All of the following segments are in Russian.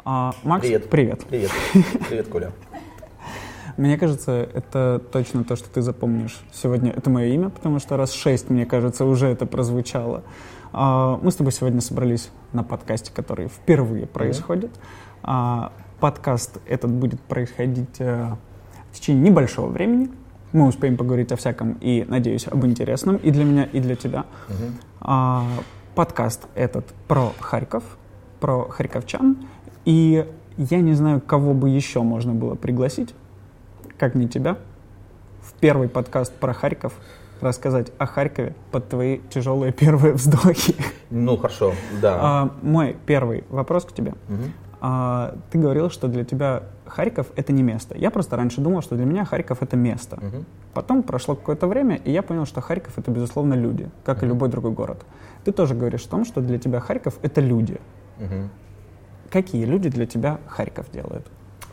Макс, привет. Привет. Привет, Коля. Мне кажется, это точно то, что ты запомнишь сегодня. Это мое имя, потому что раз 6, мне кажется, уже это прозвучало. Мы с тобой сегодня собрались на подкасте, который впервые происходит. Подкаст этот будет происходить в течение небольшого времени. Мы успеем поговорить о всяком и, надеюсь, об интересном и для меня, и для тебя. Подкаст этот про Харьков, про харьковчан. И я не знаю, кого бы еще можно было пригласить, как не тебя, в первый подкаст про Харьков рассказать о Харькове под твои тяжелые первые вздохи. Ну, хорошо, да. Мой первый вопрос к тебе. Ты говорил, что для тебя Харьков — это не место. Я просто раньше думал, что для меня Харьков — это место. Потом прошло какое-то время, и я понял, что Харьков — это, безусловно, люди, как и любой другой город. Ты тоже говоришь о том, что для тебя Харьков — это люди. Какие люди для тебя Харьков делают?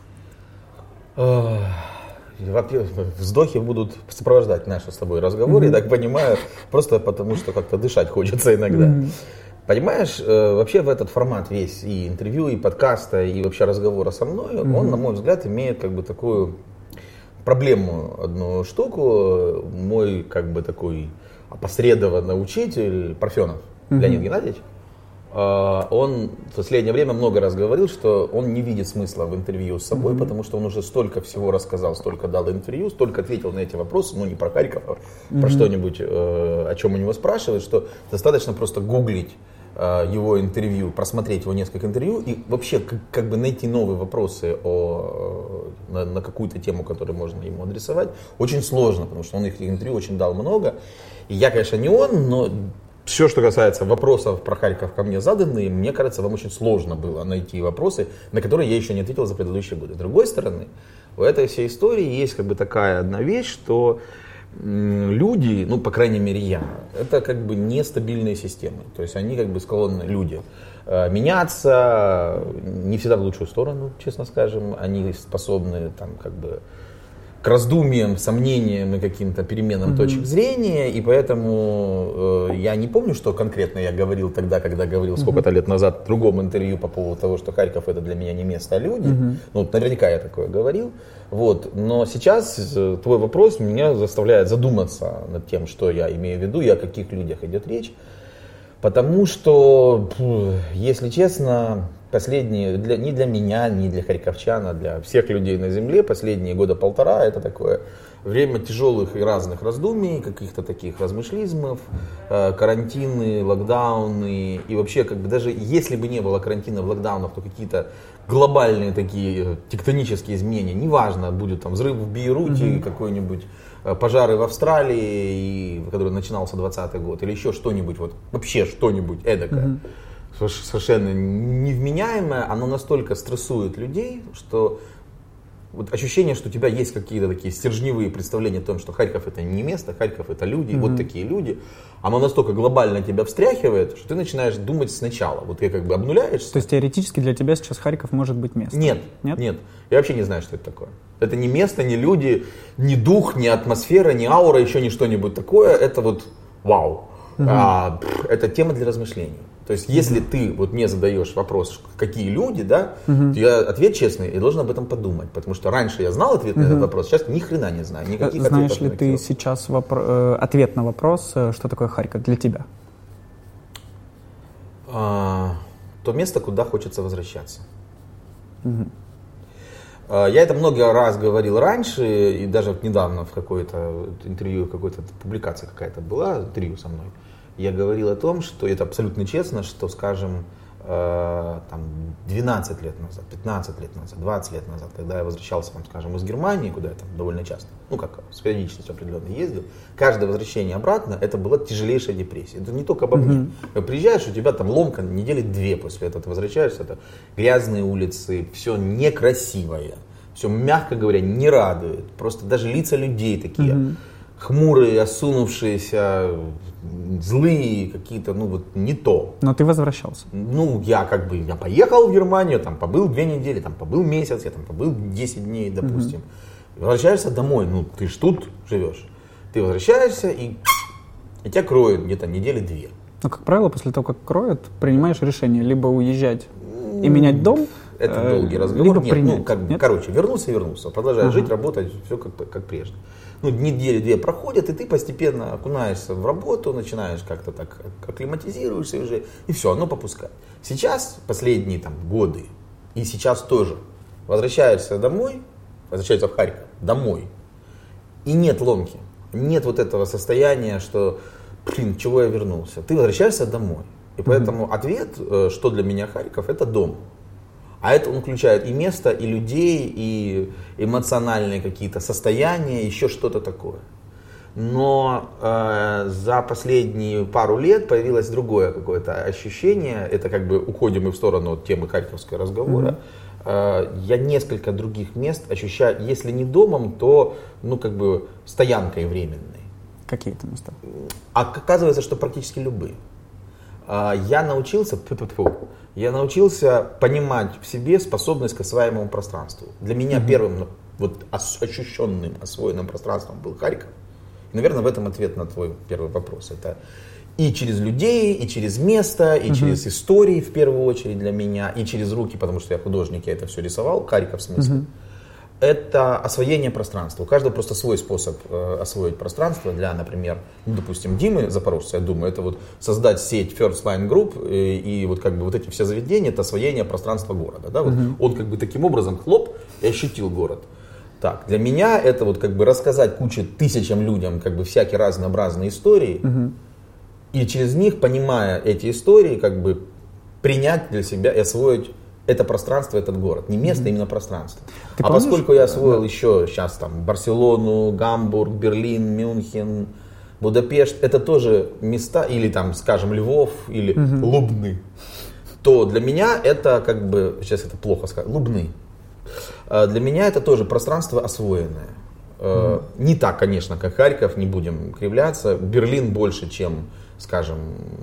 Вздохи будут сопровождать наши с тобой разговоры, я так понимаю, просто потому что как-то дышать хочется иногда. Понимаешь, вообще в этот формат весь и интервью, и подкаста, и вообще разговора со мной, он, на мой взгляд, имеет как бы такую проблему, одну штуку. Мой как бы такой опосредованный учитель Парфенов Леонид Геннадьевич, он в последнее время много раз говорил, что он не видит смысла в интервью с собой, потому что он уже столько всего рассказал, столько дал интервью, столько ответил на эти вопросы, ну не про Харьков, а про что-нибудь, о чем у него спрашивают, что достаточно просто гуглить его интервью, просмотреть его несколько интервью и вообще как бы найти новые вопросы на какую-то тему, которую можно ему адресовать, очень сложно, потому что он их интервью очень дал много. И я, конечно, не он, но все, что касается вопросов про Харьков ко мне заданные, мне кажется, вам очень сложно было найти вопросы, на которые я еще не ответил за предыдущие годы. С другой стороны, у этой всей истории есть как бы такая одна вещь, что люди, ну, по крайней мере я, это как бы нестабильные системы. То есть они как бы склонны, люди, меняться, не всегда в лучшую сторону, честно скажем. Они способны там как бы к раздумьям, сомнениям и каким-то переменам точек зрения, и поэтому я не помню, что конкретно я говорил тогда, когда говорил сколько-то лет назад в другом интервью по поводу того, что Харьков — это для меня не место, а люди. Ну, наверняка я такое говорил. Вот. Но сейчас твой вопрос меня заставляет задуматься над тем, что я имею в виду и о каких людях идет речь. Потому что, если честно, последние, не для меня, не для харьковчан, а для всех людей на земле, последние года полтора — это такое время тяжелых и разных раздумий, каких-то таких размышлизмов, карантины, локдауны. И вообще, как бы даже если бы не было карантинов, локдаунов, то какие-то глобальные такие тектонические изменения, неважно, будет там взрыв в Бейруте, какой-нибудь пожары в Австралии, который начинался 2020 год, или еще что-нибудь, вот вообще что-нибудь эдакое, совершенно невменяемое, оно настолько стрессует людей, что вот ощущение, что у тебя есть какие-то такие стержневые представления о том, что Харьков — это не место, Харьков — это люди, вот такие люди, оно настолько глобально тебя встряхивает, что ты начинаешь думать сначала. Вот ты как бы обнуляешься. То есть теоретически для тебя сейчас Харьков может быть местом? Нет. Я вообще не знаю, что это такое. Это не место, не люди, не дух, не атмосфера, не аура, еще не что-нибудь такое. Это вот вау. Это тема для размышлений. То есть, если ты вот мне задаешь вопрос, какие люди, да, то я ответ честный и должен об этом подумать. Потому что раньше я знал ответ на этот вопрос, сейчас ни хрена не знаю. Никаких Знаешь ли ты сейчас ответ на вопрос, что такое Харьков для тебя? То место, куда хочется возвращаться. Я это много раз говорил раньше, и даже недавно в какое-то интервью, какой-то публикация какая-то была, интервью со мной. Я говорил о том, что это абсолютно честно, что, скажем, там 12 лет назад, 15 лет назад, 20 лет назад, когда я возвращался, там, скажем, из Германии, куда я там довольно часто, ну как, с периодичностью определенно ездил, каждое возвращение обратно, это была тяжелейшая депрессия. Это не только обо мне. Приезжаешь, у тебя там ломка недели 2 после этого, ты возвращаешься, это грязные улицы, все некрасивое, все, мягко говоря, не радует. Просто даже лица людей такие хмурые, осунувшиеся, злые какие-то, ну вот не то. Но ты возвращался? Ну, я поехал в Германию, там побыл 2 недели, там побыл месяц, я там побыл 10 дней, допустим. Возвращаешься домой, ну ты ж тут живешь. Ты возвращаешься и тебя кроют где-то недели 2. Но, как правило, после того, как кроют, принимаешь решение либо уезжать и менять дом, это долгий разговор. Либо нет, принять. Ну, как бы, короче, вернулся, продолжаешь жить, работать, все как прежде. Ну, недели-две проходят, и ты постепенно окунаешься в работу, начинаешь как-то так акклиматизируешься уже, и все, оно попускает. Сейчас, последние там годы, и сейчас тоже, возвращаешься в Харьков, домой, и нет ломки, нет вот этого состояния, что, чего я вернулся. Ты возвращаешься домой. И поэтому ответ, что для меня Харьков, это дом. А это он включает и место, и людей, и эмоциональные какие-то состояния, еще что-то такое. Но за последние пару лет появилось другое какое-то ощущение. Это как бы уходим мы в сторону от темы харьковского разговора. Я несколько других мест ощущаю, если не домом, то как бы стоянкой временной. Какие это места? Оказывается, что практически любые. Я научился понимать в себе способность к осваиваемому пространству. Для меня первым ощущенным, освоенным пространством был Харьков. И, наверное, в этом ответ на твой первый вопрос. Это и через людей, и через место, и через истории, в первую очередь для меня, и через руки, потому что я художник, я это все рисовал, Харьков в смысле. Это освоение пространства. У каждого просто свой способ освоить пространство. Для, например, допустим, Димы Запорожца, я думаю, это создать сеть First Line Group и эти все заведения, это освоение пространства города. Да? Он таким образом и ощутил город. Так, для меня это рассказать куче тысячам людям всякие разнообразные истории и через них, понимая эти истории, принять для себя и освоить это пространство, этот город. Не место, именно пространство. Ты помнишь, поскольку я освоил еще сейчас Барселону, Гамбург, Берлин, Мюнхен, Будапешт, это тоже места, или скажем, Львов, или Лубны, то для меня это сейчас это плохо сказать, Лубны. Для меня это тоже пространство освоенное. Не так, конечно, как Харьков, не будем кривляться. Берлин больше, чем, скажем,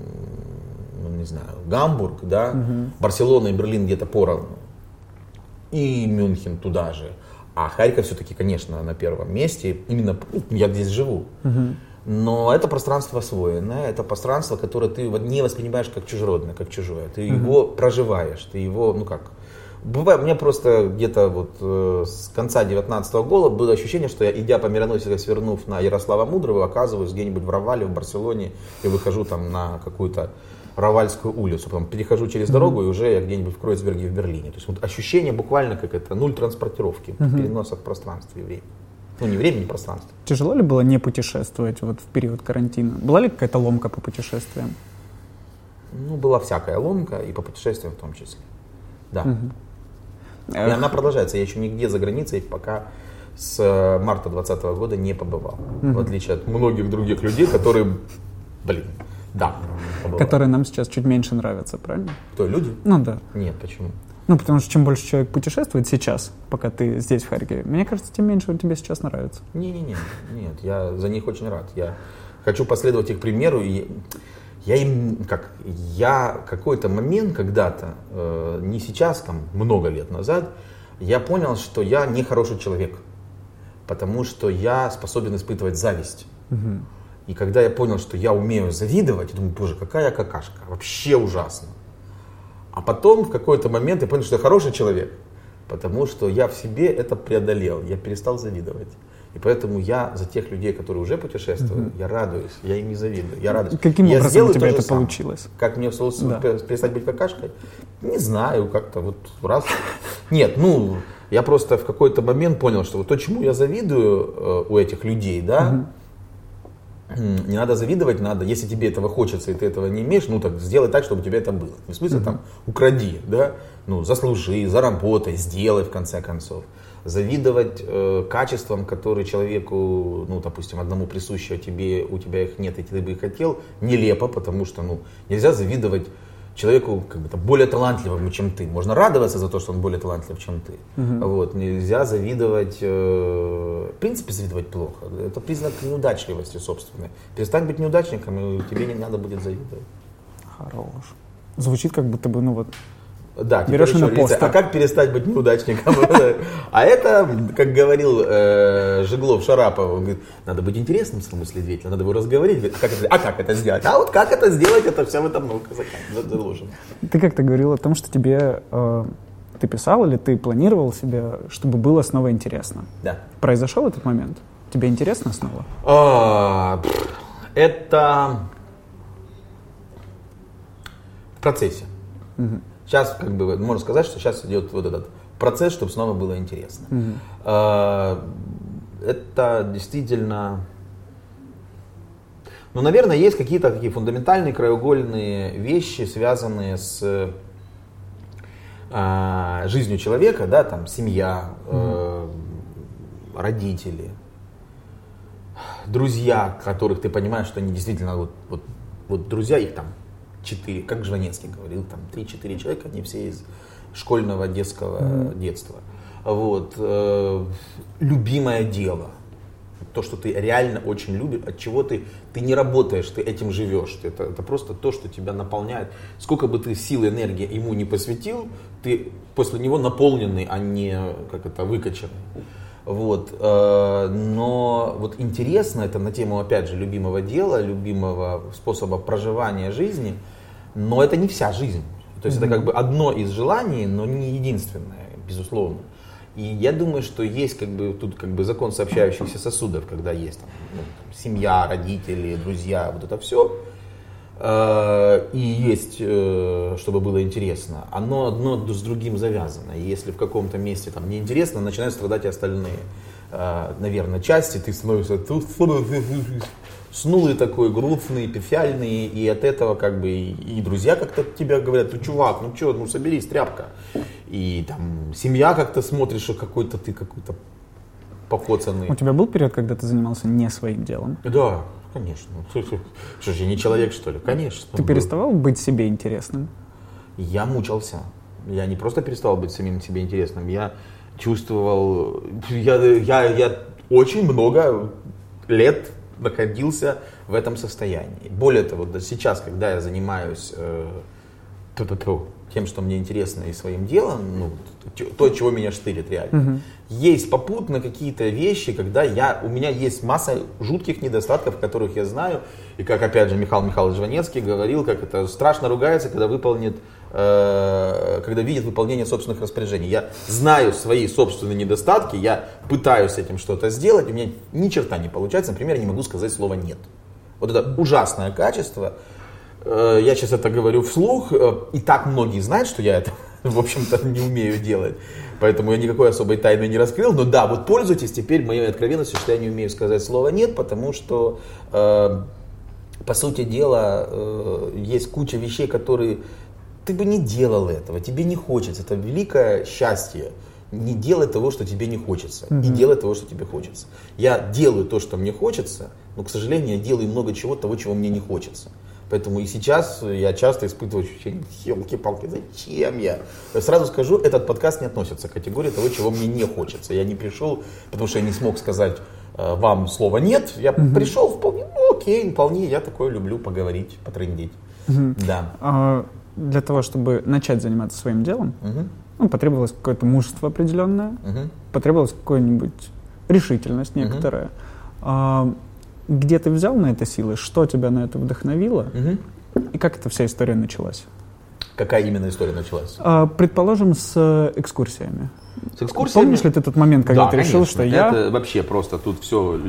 не знаю, Гамбург, да, Барселона и Берлин где-то поровну, и Мюнхен туда же, а Харьков все-таки, конечно, на первом месте, именно я здесь живу, но это пространство освоенное, это пространство, которое ты не воспринимаешь как чужеродное, как чужое, ты его проживаешь, ты его, бывает, у меня просто где-то с конца 19-го года было ощущение, что я, идя по Мироносице, свернув на Ярослава Мудрого, оказываюсь где-нибудь в Равале, в Барселоне, и выхожу на какую-то Равальскую улицу, потом перехожу через дорогу, и уже я где-нибудь в Кройцберге в Берлине. То есть ощущение буквально как это, нуль транспортировки, переноса в пространстве и времени. Не времени, пространство. Тяжело ли было не путешествовать в период карантина? Была ли какая-то ломка по путешествиям? Была всякая ломка, и по путешествиям в том числе. Да. И она продолжается. Я еще нигде за границей пока с марта 2020 года не побывал. В отличие от многих других людей, которые, побывал. Которые нам сейчас чуть меньше нравятся, правильно? Кто, люди? Да. Нет, почему? Потому что чем больше человек путешествует сейчас, пока ты здесь, в Харькове, мне кажется, тем меньше он тебе сейчас нравится. Нет, я за них очень рад. Я хочу последовать их примеру. Я какой-то момент когда-то, не сейчас, много лет назад, я понял, что я не хороший человек, потому что я способен испытывать зависть. И когда я понял, что я умею завидовать, я думаю, боже, какая я какашка, вообще ужасно. А потом в какой-то момент я понял, что я хороший человек, потому что я в себе это преодолел, я перестал завидовать. И поэтому я за тех людей, которые уже путешествуют, я радуюсь, я им не завидую, я радуюсь. Каким образом у тебя это получилось? Как мне удалось перестать быть какашкой? Не знаю, как-то раз. Нет, я просто в какой-то момент понял, что то, чему я завидую у этих людей, да, не надо завидовать, надо, если тебе этого хочется и ты этого не имеешь, так сделай так, чтобы у тебя это было. Не в смысле укради, да, заслужи, заработай, сделай в конце концов. Завидовать качествам, которые человеку, допустим, одному присущи, у тебя их нет, и ты бы их хотел, нелепо, потому что, нельзя завидовать человеку более талантливому, чем ты. Можно радоваться за то, что он более талантлив, чем ты. Нельзя завидовать, в принципе, завидовать плохо. Это признак неудачливости собственной. Перестань быть неудачником, и тебе не надо будет завидовать. Хорош. Звучит как будто бы, Да, берешь на постер. А как перестать быть неудачником? А это, как говорил Жиглов Шарапов, он говорит, надо быть интересным своему следователю, надо его разговорить. А как это сделать? А вот как это сделать, это все в этом заложено. Ты как-то говорил о том, что тебе ты писал или ты планировал себе, чтобы было снова интересно. Да. Произошел этот момент? Тебе интересно снова? Это в процессе. Сейчас, как бы, можно сказать, что сейчас идет вот этот процесс, чтобы снова было интересно. Это действительно... Ну, наверное, есть какие-то такие фундаментальные, краеугольные вещи, связанные с жизнью человека, да, там, семья, родители, друзья, которых ты понимаешь, что они действительно, вот друзья, их там 4, как Жванецкий говорил, там 3-4 человека, они все из школьного детского детства. Вот. Любимое дело. То, что ты реально очень любишь, от чего ты не работаешь, ты этим живешь. Это просто то, что тебя наполняет. Сколько бы ты сил и энергии ему не посвятил, ты после него наполненный, а не выкачанный. Вот. Но вот интересно это на тему, опять же, любимого дела, любимого способа проживания жизни, но это не вся жизнь. То есть это как бы одно из желаний, но не единственное, безусловно. И я думаю, что есть тут закон сообщающихся сосудов, когда есть семья, родители, друзья, вот это все. И есть, чтобы было интересно. Оно одно с другим завязано. И если в каком-то месте там неинтересно, начинают страдать и остальные, наверное, части. Ты становишься снулый такой, грустный, печальный, и от этого и друзья как-то тебе говорят: ну, чувак, ну что, ну соберись, тряпка. И там семья как-то смотришь, что какой-то покоцанный. У тебя был период, когда ты занимался не своим делом? Да, конечно. Что ж, я не человек, что ли? Конечно. Ты переставал быть себе интересным? Я мучился. Я не просто перестал быть самим себе интересным, я чувствовал... Я очень много лет находился в этом состоянии. Более того, сейчас, когда я занимаюсь тем, что мне интересно, и своим делом, то, чего меня штырит реально, есть попутно какие-то вещи, когда у меня есть масса жутких недостатков, которых я знаю, и как, опять же, Михаил Михайлович Жванецкий говорил, как это страшно ругается, когда видит выполнение собственных распоряжений. Я знаю свои собственные недостатки, я пытаюсь с этим что-то сделать, у меня ни черта не получается, например, я не могу сказать слово «нет». Вот это ужасное качество. Я сейчас это говорю вслух, и так многие знают, что я это, в общем-то, не умею делать. Поэтому я никакой особой тайны не раскрыл. Но да, вот пользуйтесь теперь моей откровенностью, что я не умею сказать слово «нет», потому что, по сути дела, есть куча вещей, которые ты бы не делал этого, тебе не хочется. Это великое счастье. Не делай того, что тебе не хочется, и делай того, что тебе хочется. Я делаю то, что мне хочется, но, к сожалению, я делаю много того, чего мне не хочется. Поэтому и сейчас я часто испытываю ощущение: елки-палки, зачем я? Я сразу скажу, этот подкаст не относится к категории того, чего мне не хочется. Я не пришел, потому что я не смог сказать вам слово «нет». Я пришел вполне, окей, вполне, я такое люблю поговорить, потрындеть. Да. Для того, чтобы начать заниматься своим делом, потребовалось какое-то мужество определенное, потребовалась какая-нибудь решительность некоторая. Где ты взял на это силы? Что тебя на это вдохновило? И как эта вся история началась? Какая именно история началась? Предположим, с экскурсиями. С экскурсиями? Помнишь ли ты тот момент, когда ты решил, что это вообще просто тут все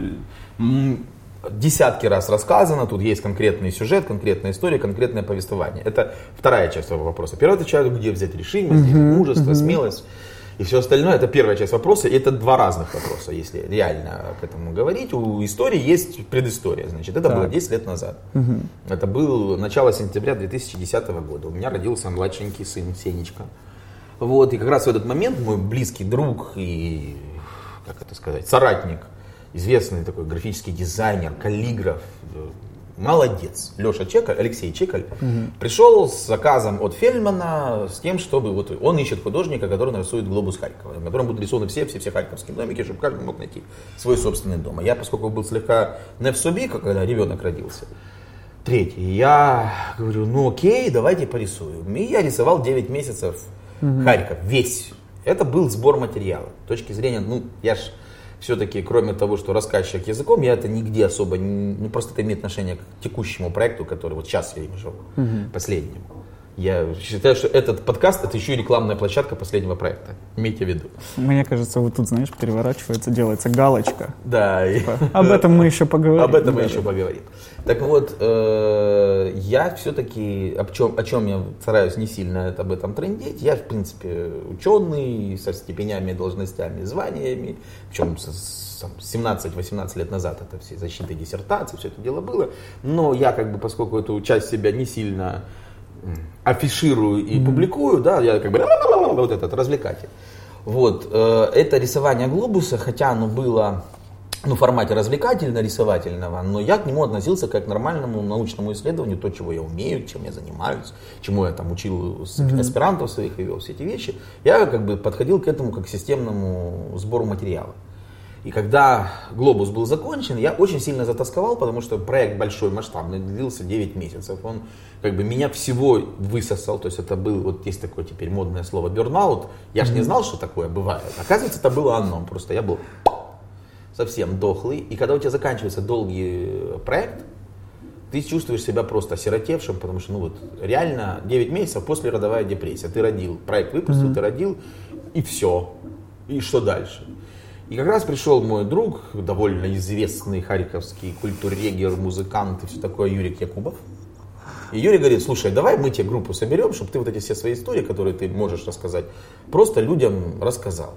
десятки раз рассказано, тут есть конкретный сюжет, конкретная история, конкретное повествование. Это вторая часть твоего вопроса. Первая часть, где взять решимость, мужество, смелость и все остальное, это первая часть вопроса, и это два разных вопроса, если реально к этому говорить. У истории есть предыстория, значит, это было 10 лет назад. Это было начало сентября 2010 года. У меня родился младшенький сын Сенечка. Вот, и как раз в этот момент мой близкий друг и, соратник, известный такой графический дизайнер, каллиграф, молодец, Алексей Чекаль, пришел с заказом от Фельдмана с тем, чтобы он ищет художника, который нарисует глобус Харькова, на котором будут рисованы все харьковские домики, чтобы каждый мог найти свой собственный дом. А я, поскольку был слегка не в собі, когда ребенок родился, третий, я говорю, окей, давайте порисуем. И я рисовал 9 месяцев Харьков, весь. Это был сбор материала. С точки зрения, я ж все-таки, кроме того, что рассказчик языком, я это нигде особо, просто это имеет отношение к текущему проекту, который вот сейчас я им живу, последнему. Я считаю, что этот подкаст — это еще и рекламная площадка последнего проекта. Имейте в виду. Мне кажется, вот тут, знаешь, переворачивается, делается галочка. Да. Типа, об этом мы еще поговорим. Об этом мы еще поговорим. Так вот, я все-таки, о чем я стараюсь не сильно об этом трындеть, я, в принципе, ученый, со степенями, должностями, званиями, причем с 17-18 лет назад это все защиты диссертации, все это дело было. Но я, как бы, поскольку эту часть себя не сильно афиширую и публикую, да, я как бы вот этот развлекатель. Вот, это рисование глобуса, хотя оно было в формате развлекательно-рисовательного, но я к нему относился как к нормальному научному исследованию, то, чего я умею, чем я занимаюсь, чему я там учил аспирантов своих и вел все эти вещи. Я как бы подходил к этому как к системному сбору материала. И когда глобус был закончен, я очень сильно затасковал, потому что проект большой, масштабный, длился 9 месяцев. Он как бы меня всего высосал, то есть это был, вот есть такое теперь модное слово burnout. Я же не знал, что такое бывает. Оказывается, это было оно, просто я был совсем дохлый. И когда у тебя заканчивается долгий проект, ты чувствуешь себя просто осиротевшим, потому что, ну вот, реально 9 месяцев после родовая депрессия. Ты родил, проект выпустил, ты родил, и все. И что дальше? И как раз пришел мой друг, довольно известный харьковский культуррегер, музыкант и все такое, Юрий Якубов. И Юрий говорит: слушай, давай мы тебе группу соберем, чтобы ты вот эти все свои истории, которые ты можешь рассказать, просто людям рассказал.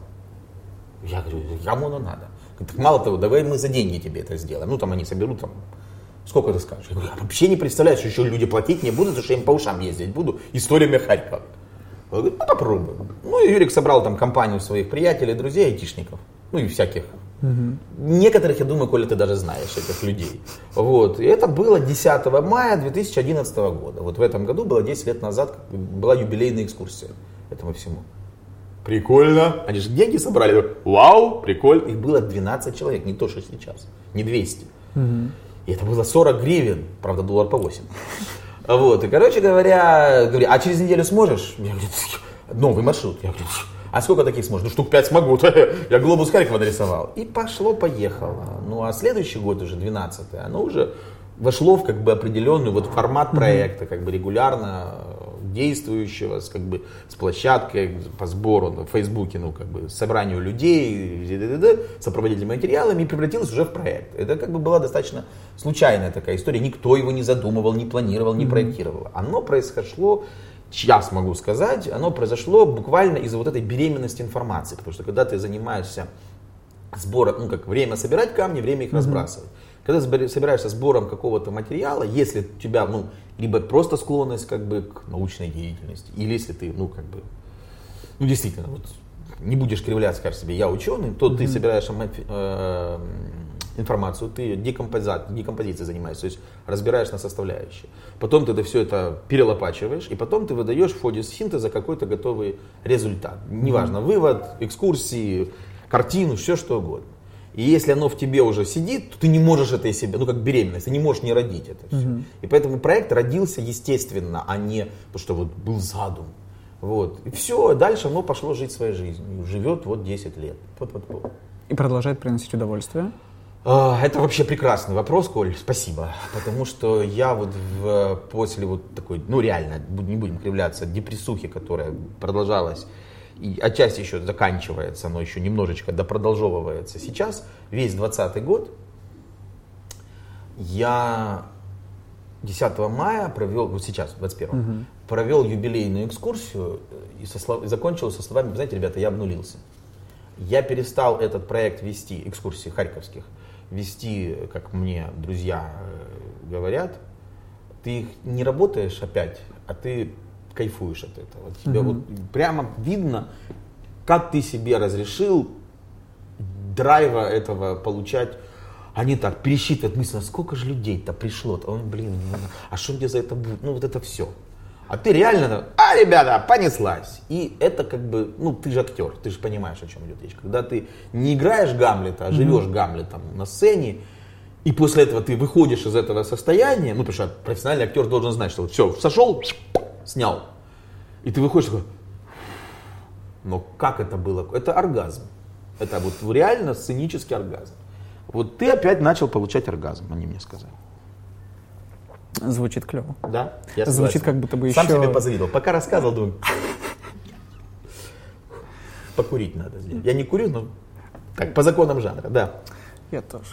Я говорю: кому оно надо? Говорит: мало того, давай мы за деньги тебе это сделаем. Ну там они соберут, там, сколько ты скажешь? Я говорю: я вообще не представляю, что еще люди платить не будут, потому что я им по ушам ездить буду историями Харькова. Он говорит: ну попробуем. Ну и Юрик собрал там компанию своих приятелей, друзей, айтишников. Ну и всяких. Некоторых, я думаю, Коля, ты даже знаешь этих людей. Вот. И это было 10 мая 2011 года. Вот в этом году, было 10 лет назад, была юбилейная экскурсия этому всему. Прикольно. Они же деньги собрали. Вау, прикольно. Их было 12 человек, не то, что сейчас. Не 200. И это было 40 гривен. Правда, доллар по 8. Вот. И, короче говоря, говорю: а через неделю сможешь? Я говорю: новый маршрут. Я говорю: а сколько таких сможешь? Ну, штук 5 смогу. Я глобус Харькова нарисовал. И пошло-поехало. Ну, а следующий год, уже 12-й, оно уже вошло в как бы определенный вот формат проекта, как бы регулярно действующего, с площадкой по сбору в Фейсбуке, ну, как бы собранию людей, сопроводительными материалами, и превратилось уже в проект. Это как бы была достаточно случайная такая история. Никто его не задумывал, не планировал, не проектировал. Оно произошло, сейчас могу сказать, оно произошло буквально из-за вот этой беременности информации. Потому что когда ты занимаешься сбором, ну как время собирать камни, время их разбрасывать. Когда ты собираешься сбором какого-то материала, если у тебя, ну, либо просто склонность как бы к научной деятельности, или если ты, ну, как бы, ну, действительно, вот, не будешь кривляться, скажешь себе: я ученый, то ты собираешь информацию, ты декомпозицией занимаешься, то есть разбираешь на составляющие. Потом ты все это перелопачиваешь, и потом ты выдаешь в ходе синтеза какой-то готовый результат. Неважно, вывод, экскурсии, картину, все что угодно. И если оно в тебе уже сидит, то ты не можешь это из себя, ну как беременность, ты не можешь не родить это все. И поэтому проект родился естественно, а не потому что вот был задум. Вот. И все, дальше оно пошло жить своей жизнью. Живет вот 10 лет. И продолжает приносить удовольствие? Это вообще прекрасный вопрос, Коль, спасибо. Потому что я вот после вот такой, ну реально, не будем кривляться, депрессухи, которая продолжалась, и отчасти еще заканчивается, но еще немножечко допродолжевывается сейчас, весь 20-й год, я 10 мая провел, вот сейчас, 21-го, провел юбилейную экскурсию и закончил со словами: вы знаете, ребята, я обнулился. Я перестал этот проект вести, экскурсии харьковских, вести, как мне друзья говорят, ты их не работаешь опять, а ты кайфуешь от этого. Тебе вот прямо видно, как ты себе разрешил драйва этого получать. Они так пересчитывают мысленно: сколько же людей-то пришло-то, ой, блин, а что мне за это будет, ну вот это все. А ты реально, ребята, понеслась. И это как бы, ну ты же актер, ты же понимаешь, о чем идет речь. Когда ты не играешь Гамлета, а живешь Гамлетом на сцене, и после этого ты выходишь из этого состояния, ну потому что профессиональный актер должен знать, что вот все, сошел, снял. И ты выходишь такой: но как это было? Это оргазм. Это вот реально сценический оргазм. Вот ты опять начал получать оргазм, они мне сказали. Звучит клево. Да? Я Звучит как будто бы Сам еще... себе позавидовал. Пока рассказывал, думаю, покурить надо здесь. Я не курю, но так, по законам жанра, да. Я тоже.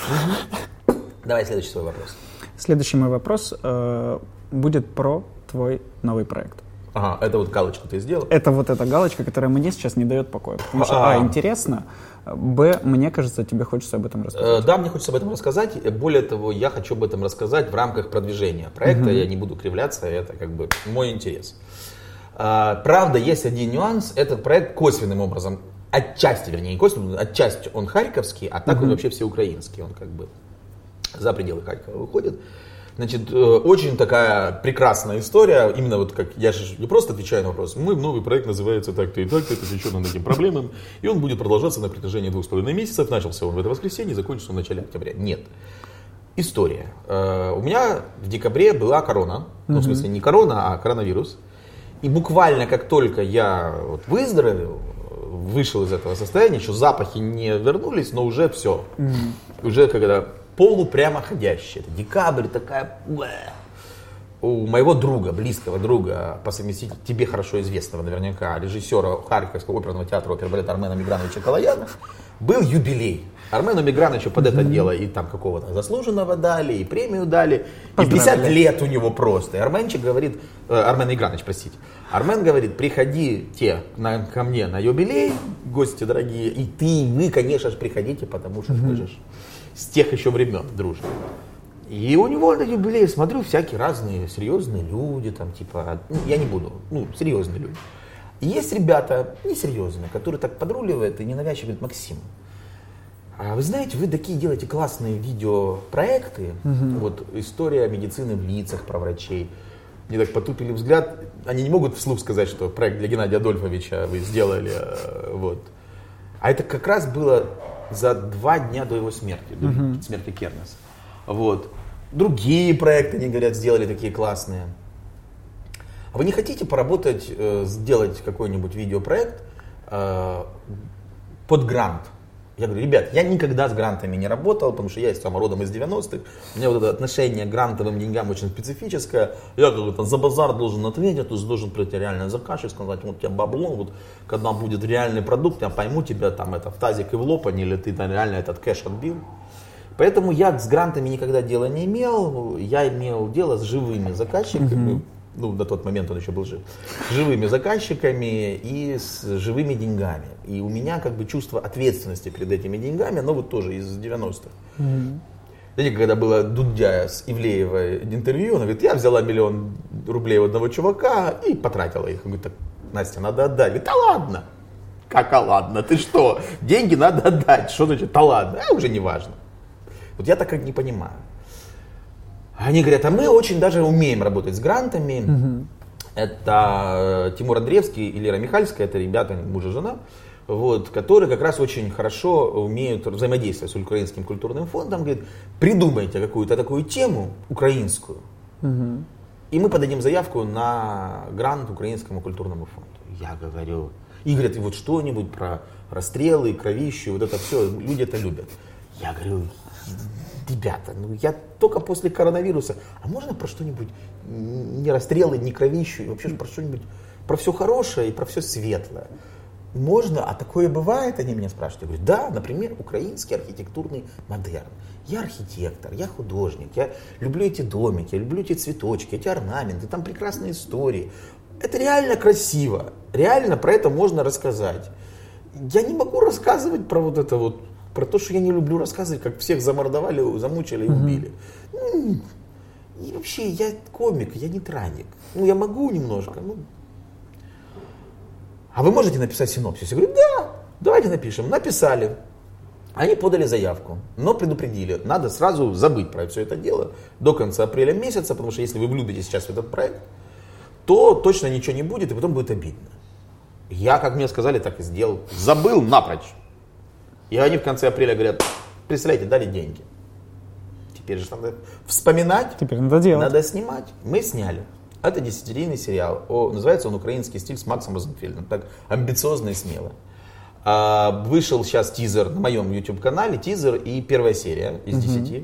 Давай следующий свой вопрос. Следующий мой вопрос будет про твой новый проект. Ага, это вот галочку ты сделал? Это вот эта галочка, которая мне сейчас не дает покоя. Потому что, интересно, б, мне кажется, тебе хочется об этом рассказать. Да, мне хочется об этом рассказать. Более того, я хочу об этом рассказать в рамках продвижения проекта. Я не буду кривляться, это как бы мой интерес. Правда, есть один нюанс. Этот проект косвенным образом, отчасти, вернее, не косвенным, отчасти он харьковский, а так он вообще всеукраинский. Он как бы за пределы Харькова выходит. Значит, очень такая прекрасная история, именно вот как, я же не просто отвечаю на вопрос, мой новый проект называется так-то и так-то, посвящен над этим проблемам, и он будет продолжаться на протяжении 2,5 месяцев, начался он в это воскресенье, закончится он в начале октября. Нет. История. У меня в декабре была корона, ну в смысле не корона, а коронавирус, и буквально как только я вот выздоровел, вышел из этого состояния, еще запахи не вернулись, но уже все, уже когда... полупрямоходящая. Это декабрь, такая... У моего друга, близкого друга, по совместительству, тебе хорошо известного наверняка, режиссера Харьковского оперного театра опербалета Армена Миграновича Калаяна, был юбилей. Армену Миграновичу под это дело и там какого-то заслуженного дали, и премию дали. И 50 лет у него просто. И Арменчик говорит, Армен Мигранович, простите. Армен говорит, приходите ко мне на юбилей, гости дорогие, и вы, конечно же, приходите, потому что вы же с тех еще времен дружим. И у него на юбилее, смотрю, всякие разные серьезные люди, там типа, я не буду, серьезные люди. И есть ребята несерьезные, которые так подруливают и ненавязчиво говорят, Максим, а вы знаете, вы такие делаете классные видеопроекты, вот история медицины в лицах про врачей. Мне так потупили взгляд, они не могут вслух сказать, что проект для Геннадия Адольфовича вы сделали, вот. А это как раз было за 2 дня до его смерти, до смерти Кернеса. Вот. Другие проекты, они говорят, сделали такие классные. А вы не хотите поработать, сделать какой-нибудь видеопроект под грант? Я говорю, ребят, я никогда с грантами не работал, потому что я сам родом из 90-х. У меня вот это отношение к грантовым деньгам очень специфическое. Я как-то за базар должен ответить, то есть должен прийти реальный заказчик, сказать, вот у тебя бабло, вот когда будет реальный продукт, я пойму тебя там это в тазик и в лопань, или ты там реально этот кэш отбил. Поэтому я с грантами никогда дела не имел, я имел дело с живыми заказчиками. На тот момент он еще был жив, с живыми заказчиками и с живыми деньгами. И у меня как бы чувство ответственности перед этими деньгами, оно вот тоже из 90-х. Знаете, когда было Дудя с Ивлеевой интервью, она говорит, я взяла 1 000 000 рублей у одного чувака и потратила их. Он говорит, так, Настя, надо отдать. Говорит, да ладно. Как, а ладно, ты что? Деньги надо отдать. Что значит, да ладно? Уже не важно. Вот я так как не понимаю. Они говорят, а мы очень даже умеем работать с грантами. Это Тимур Андреевский и Лера Михальская, это ребята, муж и жена, вот, которые как раз очень хорошо умеют взаимодействовать с Украинским культурным фондом. Говорят, придумайте какую-то такую тему украинскую, и мы подадим заявку на грант Украинскому культурному фонду. Я говорю, и говорят, и вот что-нибудь про расстрелы, кровищу, вот это все, люди это любят. Я говорю, ребята, я только после коронавируса, а можно про что-нибудь, не расстрелы, не кровищу, и вообще про что-нибудь, про все хорошее и про все светлое? Можно? А такое бывает? Они меня спрашивают. Я говорю, да, например, украинский архитектурный модерн. Я архитектор, я художник, я люблю эти домики, я люблю эти цветочки, эти орнаменты, там прекрасные истории. Это реально красиво, реально про это можно рассказать. Я не могу рассказывать про вот это вот, про то, что я не люблю рассказывать, как всех замордовали, замучили и убили. И вообще, я комик, я не трагик. Я могу немножко. А вы можете написать синопсис? Я говорю, да, давайте напишем. Написали. Они подали заявку, но предупредили, надо сразу забыть про все это дело до конца апреля месяца, потому что если вы влюбитесь сейчас в этот проект, то точно ничего не будет, и потом будет обидно. Я, как мне сказали, так и сделал. Забыл напрочь. И они в конце апреля говорят, представляете, дали деньги. Теперь же надо вспоминать, теперь надо делать. Надо снимать. Мы сняли. Это 10-серийный сериал. Называется он «Украинский стиль» с Максом Розенфельдом. Так амбициозно и смело. Вышел сейчас тизер на моем YouTube-канале, тизер и первая серия из 10.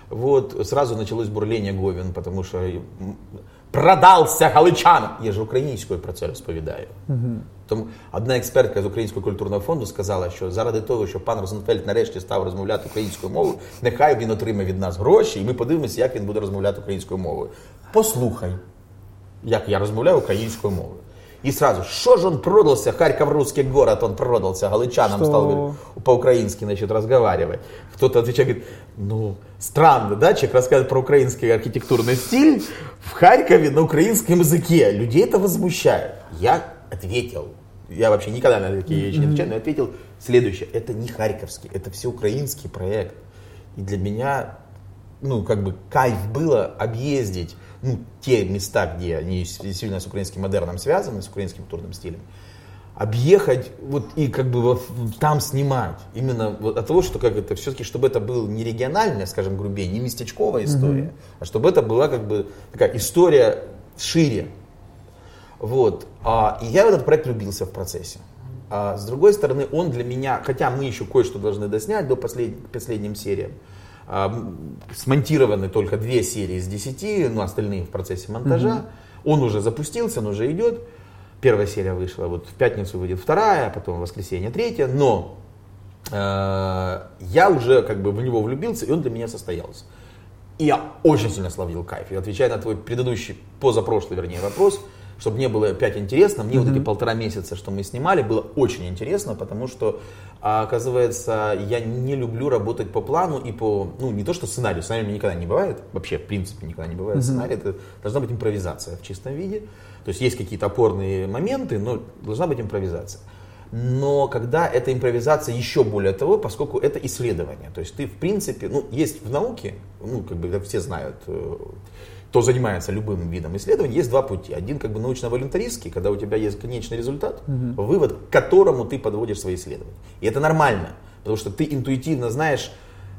Вот, сразу началось бурление Говен, потому что продался галичанам. Я же українською про це розповідаю. Тому одна експертка з Українського культурного фонду сказала, що заради того, щоб пан Розенфельд нарешті став розмовляти українською мовою, нехай він отримає від нас гроші, і ми подивимося, як він буде розмовляти українською мовою. Послухай, як я розмовляю українською мовою. И сразу, что же он продался, Харьков русский город, он продался галичанам, стал по-украински, значит, разговаривать. Кто-то отвечает, говорит, ну, странно, да, человек рассказывает про украинский архитектурный стиль в Харькове на украинском языке. Людей это возмущает. Я ответил, я вообще никогда на такие вещи не отвечаю, но я ответил следующее. Это не харьковский, это всеукраинский проект. И для меня, ну, как бы кайф было объездить те места, где они сильно с украинским модерном связаны, с украинским культурным стилем, объехать вот и как бы вот там снимать. Именно вот от того, что как это все-таки, чтобы это был не региональная, скажем, грубее, не местечковая история, а чтобы это была как бы такая история шире. Вот. И я в этот проект влюбился в процессе. А с другой стороны, он для меня, хотя мы еще кое-что должны доснять до последним сериям, смонтированы только 2 серии из 10, но остальные в процессе монтажа. Он уже запустился, он уже идет. Первая серия вышла, вот в пятницу выйдет 2, а потом в воскресенье 3, но я уже как бы в него влюбился, и он для меня состоялся. И я очень сильно словил кайф. И отвечая на твой предыдущий, позапрошлый, вернее, вопрос, чтобы мне было опять интересно, мне вот эти 1,5 месяца, что мы снимали, было очень интересно, потому что, оказывается, я не люблю работать по плану и по, ну, не то что сценарию, сценария никогда не бывает, вообще, в принципе, никогда не бывает сценарий, это должна быть импровизация в чистом виде, то есть какие-то опорные моменты, но должна быть импровизация. Но когда эта импровизация еще более того, поскольку это исследование, то есть ты, в принципе, ну, есть в науке, ну, как бы все знают, кто занимается любым видом исследований, есть 2 пути. Один как бы научно-волюнтаристский, когда у тебя есть конечный результат, вывод, к которому ты подводишь свои исследования. И это нормально, потому что ты интуитивно знаешь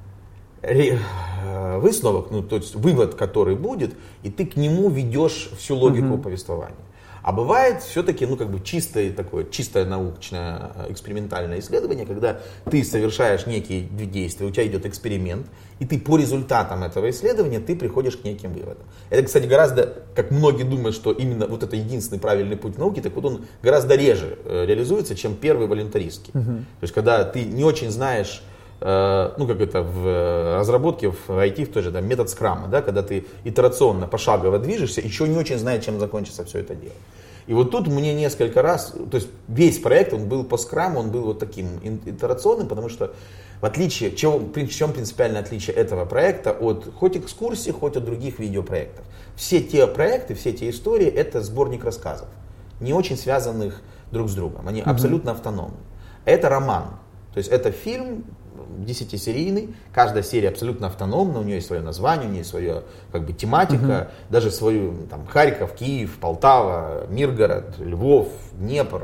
высновок, ну, то есть вывод, который будет, и ты к нему ведешь всю логику повествования. А бывает все-таки, ну, как бы чистое научное экспериментальное исследование, когда ты совершаешь некие действия, у тебя идет эксперимент, и ты по результатам этого исследования ты приходишь к неким выводам. Это, кстати, гораздо, как многие думают, что именно вот это единственный правильный путь науки, так вот он гораздо реже реализуется, чем первый волюнтаристский. То есть, когда ты не очень знаешь, ну, как это в разработке, в IT, в той же, да, метод скрама, да, когда ты итерационно, пошагово движешься, еще не очень зная, чем закончится все это дело. И вот тут мне несколько раз, то есть весь проект, он был по скраму, он был вот таким итерационным, потому что в отличие, в чем принципиальное отличие этого проекта от хоть экскурсии, хоть от других видеопроектов. Все те проекты, все те истории, это сборник рассказов, не очень связанных друг с другом, они абсолютно автономны. Это роман, то есть это фильм, 10-серийный, каждая серия абсолютно автономна, у нее есть свое название, у нее есть своя как бы тематика, даже свою там Харьков, Киев, Полтава, Миргород, Львов, Днепр,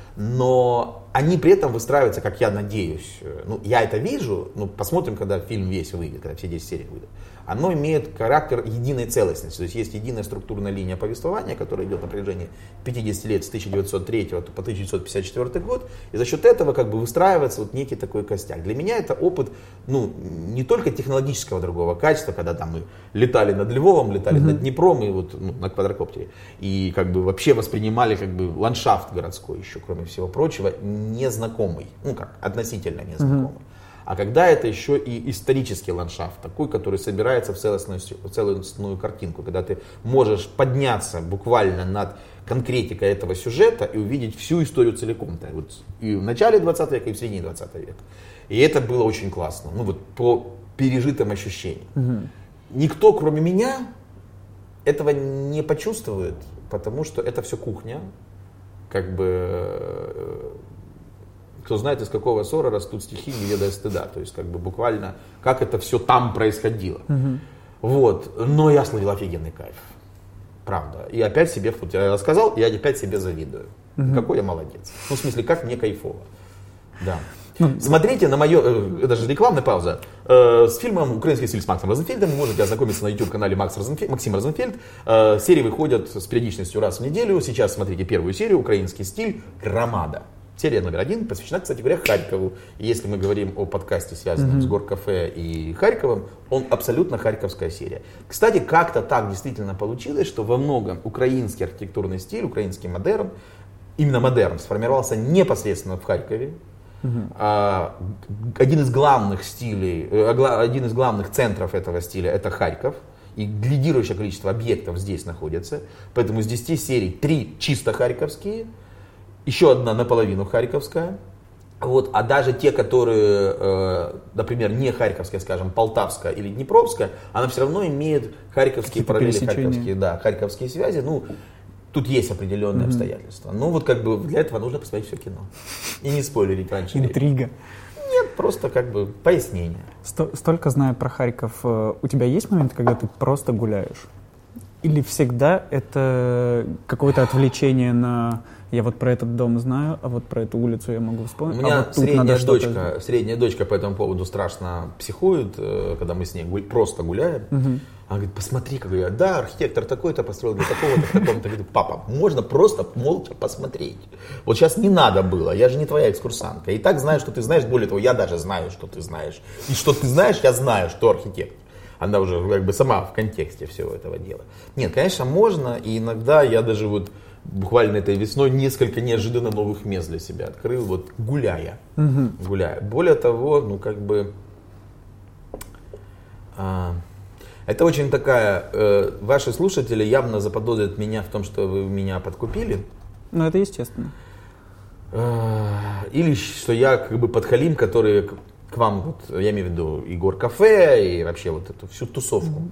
но они при этом выстраиваются, как я надеюсь, ну я это вижу, ну посмотрим, когда фильм весь выйдет, когда все 10 серий выйдут. Оно имеет характер единой целостности, то есть единая структурная линия повествования, которая идет на протяжении 50 лет с 1903 по 1954 год, и за счет этого как бы выстраивается вот некий такой костяк. Для меня это опыт, ну, не только технологического другого качества, когда там мы летали над Львовом, летали над Днепром и вот на квадрокоптере, и как бы вообще воспринимали как бы ландшафт городской еще, кроме всего прочего, незнакомый, ну как, относительно незнакомый. А когда это еще и исторический ландшафт, такой, который собирается в целостную картинку, когда ты можешь подняться буквально над конкретикой этого сюжета и увидеть всю историю целиком, вот и в начале 20 века, и в середине 20 века. И это было очень классно, ну вот по пережитым ощущениям. Никто, кроме меня, этого не почувствует, потому что это все кухня, как бы... Кто знает, из какого ссора растут стихи, не ведая стыда. То есть, как бы буквально, как это все там происходило. Вот. Но я словил офигенный кайф. Правда. И опять себе, вот я рассказал, я опять себе завидую. Какой я молодец. Ну, в смысле, как мне кайфово. Да. Смотрите на мое, это же рекламная пауза, с фильмом «Украинский стиль» с Максом Розенфельдом. Вы можете ознакомиться на YouTube-канале Максим Розенфельд. Серии выходят с периодичностью раз в неделю. Сейчас смотрите первую серию «Украинский стиль. Громада». Серия номер 1 посвящена, кстати говоря, Харькову. И если мы говорим о подкасте, связанном с Горкафе и Харьковом, он абсолютно харьковская серия. Кстати, как-то так действительно получилось, что во многом украинский архитектурный стиль, украинский модерн, именно модерн, сформировался непосредственно в Харькове. Один из главных стилей, один из главных центров этого стиля это Харьков. И лидирующее количество объектов здесь находится. Поэтому из 10 серий 3 чисто харьковские, еще одна наполовину харьковская. Вот, а даже те, которые, например, не харьковская, скажем, полтавская или днепровская, она все равно имеет харьковские параллели, харьковские связи. Ну, тут есть определенные обстоятельства. Ну, вот как бы для этого нужно посмотреть все кино. И не спойлерить раньше. Интрига. Нет, просто как бы пояснение. Столько знаю про Харьков. У тебя есть момент, когда ты просто гуляешь? Или всегда это какое-то отвлечение на «я вот про этот дом знаю, а вот про эту улицу я могу вспомнить». У меня вот средняя дочка по этому поводу страшно психует, когда мы с ней просто гуляем. Она говорит, посмотри, как я, да, архитектор такой-то построил для такого-то, в таком-то. Говорит, папа, можно просто молча посмотреть. Вот сейчас не надо было, я же не твоя экскурсантка. И так знаю, что ты знаешь, более того, я даже знаю, что ты знаешь. И что ты знаешь, я знаю, что архитектор. Она уже как бы сама в контексте всего этого дела. Нет, конечно, можно, и иногда я даже вот буквально этой весной несколько неожиданно новых мест для себя открыл, вот гуляя. Гуляя. Более того, ну как бы... это очень такая... ваши слушатели явно заподозрят меня в том, что вы меня подкупили. Ну, это естественно. Или что я как бы подхалим, который к вам, вот, я имею в виду и Горкафе, и вообще вот эту всю тусовку.